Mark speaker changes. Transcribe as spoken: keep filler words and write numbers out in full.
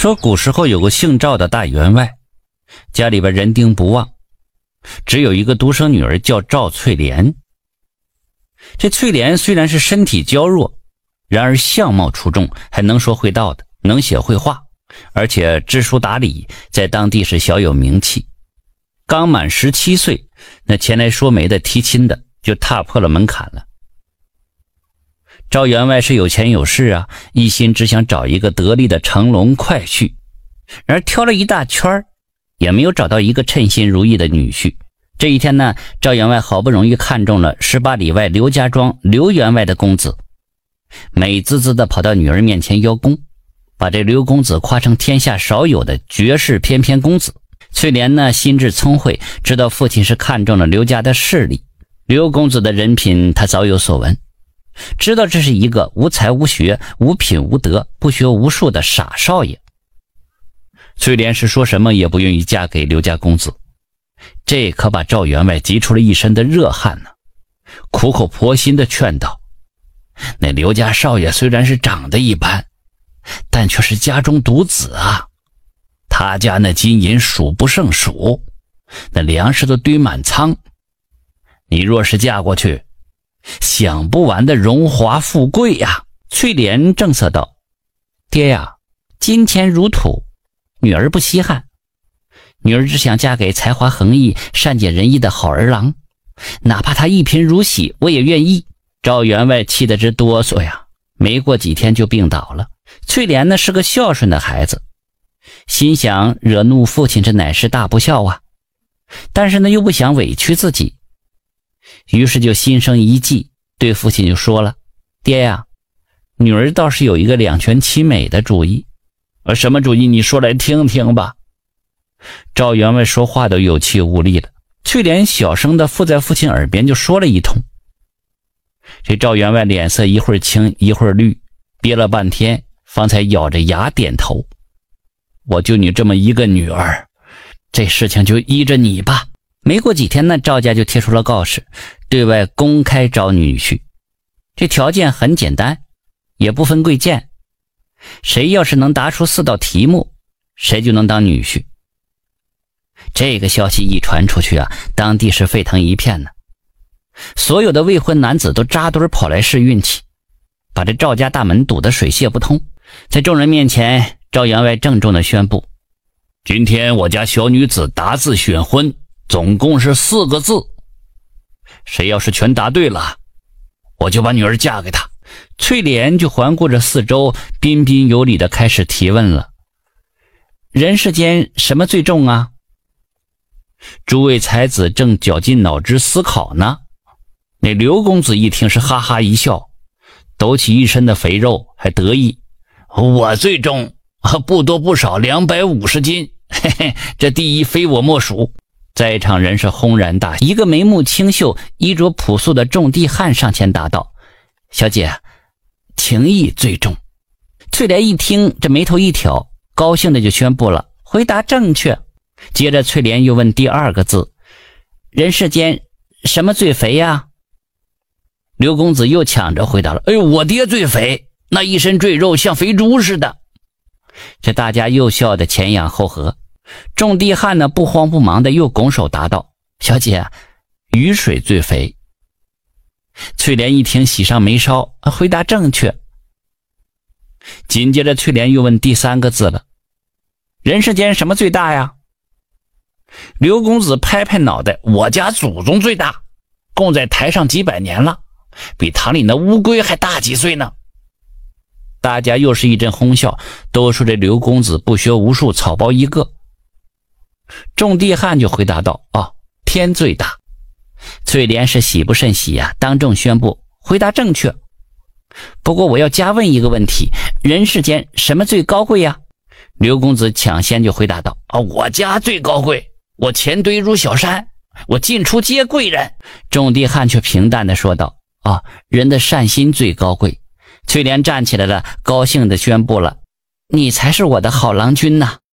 Speaker 1: 说古时候有个姓赵的大员外，家里边人丁不旺，只有一个独生女儿叫赵翠莲。这翠莲虽然是身体娇弱，然而相貌出众，还能说会道的，能写会画，而且知书达理，在当地是小有名气。刚满十七岁，那前来说媒的提亲的就踏破了门槛了。赵员外是有钱有势啊，一心只想找一个得力的乘龙快婿，然而挑了一大圈也没有找到一个称心如意的女婿。这一天呢，赵员外好不容易看中了十八里外刘家庄刘员外的公子，美滋滋的跑到女儿面前邀功，把这刘公子夸成天下少有的绝世翩翩公子。翠莲呢，心智聪慧，知道父亲是看中了刘家的势力，刘公子的人品他早有所闻，知道这是一个无才无学、无品无德、不学无术的傻少爷。翠莲是说什么也不愿意嫁给刘家公子，这可把赵员外急出了一身的热汗呢，苦口婆心的劝道：那刘家少爷虽然是长得一般，但却是家中独子啊，他家那金银数不胜数，那粮食都堆满仓，你若是嫁过去，享不完的荣华富贵呀。翠莲正色道：爹呀，金钱如土，女儿不稀罕，女儿只想嫁给才华横溢、善解人意的好儿郎，哪怕他一贫如洗，我也愿意。赵员外气得直哆嗦呀，没过几天就病倒了。翠莲呢是个孝顺的孩子，心想惹怒父亲这乃是大不孝啊，但是呢又不想委屈自己，于是就心生一计，对父亲就说了：爹呀，女儿倒是有一个两全其美的主意。而什么主意？你说来听听吧。赵员外说话都有气无力了，翠莲小声的附在父亲耳边就说了一通。这赵员外脸色一会儿青一会儿绿，憋了半天方才咬着牙点头：我就你这么一个女儿，这事情就依着你吧。没过几天呢，赵家就贴出了告示，对外公开招女婿。这条件很简单，也不分贵贱，谁要是能答出四道题目，谁就能当女婿。这个消息一传出去啊，当地是沸腾一片呢。所有的未婚男子都扎堆跑来试运气，把这赵家大门堵得水泄不通。在众人面前，赵员外郑重地宣布：今天我家小女子答字选婚，总共是四个字，谁要是全答对了，我就把女儿嫁给他。翠莲就环顾着四周，彬彬有礼地开始提问了：人世间什么最重啊？诸位才子正绞尽脑汁思考呢。那刘公子一听是哈哈一笑，抖起一身的肥肉，还得意：我最重，不多不少两百五十斤，嘿嘿，这第一非我莫属。在场人是轰然大喜。一个眉目清秀、衣着朴素的种地汉上前答道：小姐，情谊最重。翠莲一听，这眉头一挑，高兴的就宣布了：回答正确。接着翠莲又问第二个字：人世间什么最肥呀？刘公子又抢着回答了：哎呦，我爹最肥，那一身赘肉像肥猪似的。这大家又笑得前仰后合。种地汉呢不慌不忙的又拱手答道：小姐，雨水最肥。翠莲一听，喜上眉梢，回答正确。紧接着翠莲又问第三个字了：人世间什么最大呀？刘公子拍拍脑袋：我家祖宗最大，供在台上几百年了，比堂里那乌龟还大几岁呢。大家又是一阵哄笑，都说这刘公子不学无术，草包一个。种地汉就回答道：哦，天最大。翠莲是喜不胜喜啊，当众宣布回答正确。不过我要加问一个问题，人世间什么最高贵呀？刘公子抢先就回答道：啊，我家最高贵，我钱堆如小山，我进出皆贵人。种地汉却平淡地说道：啊，人的善心最高贵。翠莲站起来了，高兴地宣布了：你才是我的好郎君呐。